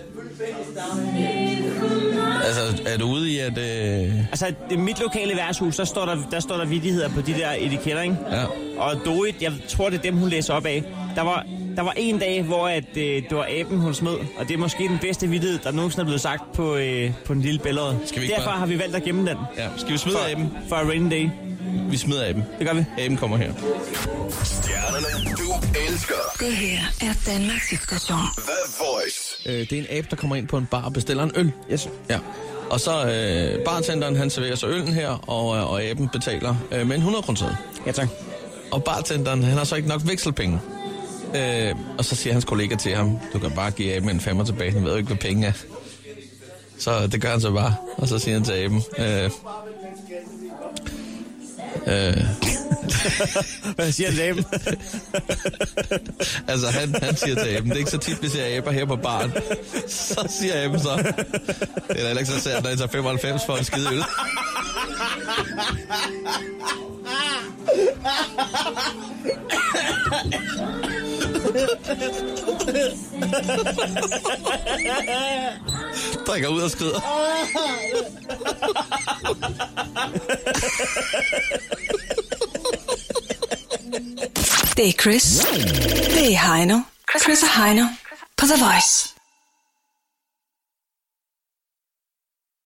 Altså, er du ude i, at... Altså, det mit lokale værtshus, der står der vittigheder på de der etiketter, ikke? Ja. Og Dorit, jeg tror, det er dem, hun læser op af. Der var en dag, hvor det var aben, hun smed, og det er måske den bedste vittighed, der nogensinde er blevet sagt på den lille billede. Derfor har vi valgt at gemme den. Ja, skal vi smide aben? For a rainy day. Vi smider aben. Det gør vi. Aben kommer her. Stjernerne, du elsker. Det her er Danmarks station. The Voice. Det er en abe, der kommer ind på en bar og bestiller en øl. Yes. Ja. Og så bartenderen, han serverer så øllen her, og aben betaler med en 100 kroner. Ja, tak. Og bartenderen, han har så ikke nok vekselpenge. Og så siger hans kollega til ham, du kan bare give aben en 5'er tilbage, han ved jo ikke, hvad penge er. Så det gør han så bare. Og så siger han til aben, hvad siger han til aben? Altså, han siger til aben, det er ikke så tit, vi ser aber her på baren. Så siger aben så, det er heller ikke så sært, når jeg tager 95 for en skide øl. Drikker ud og skrider. Det er Chris. Det er Heino. Chris og Heino på The Voice.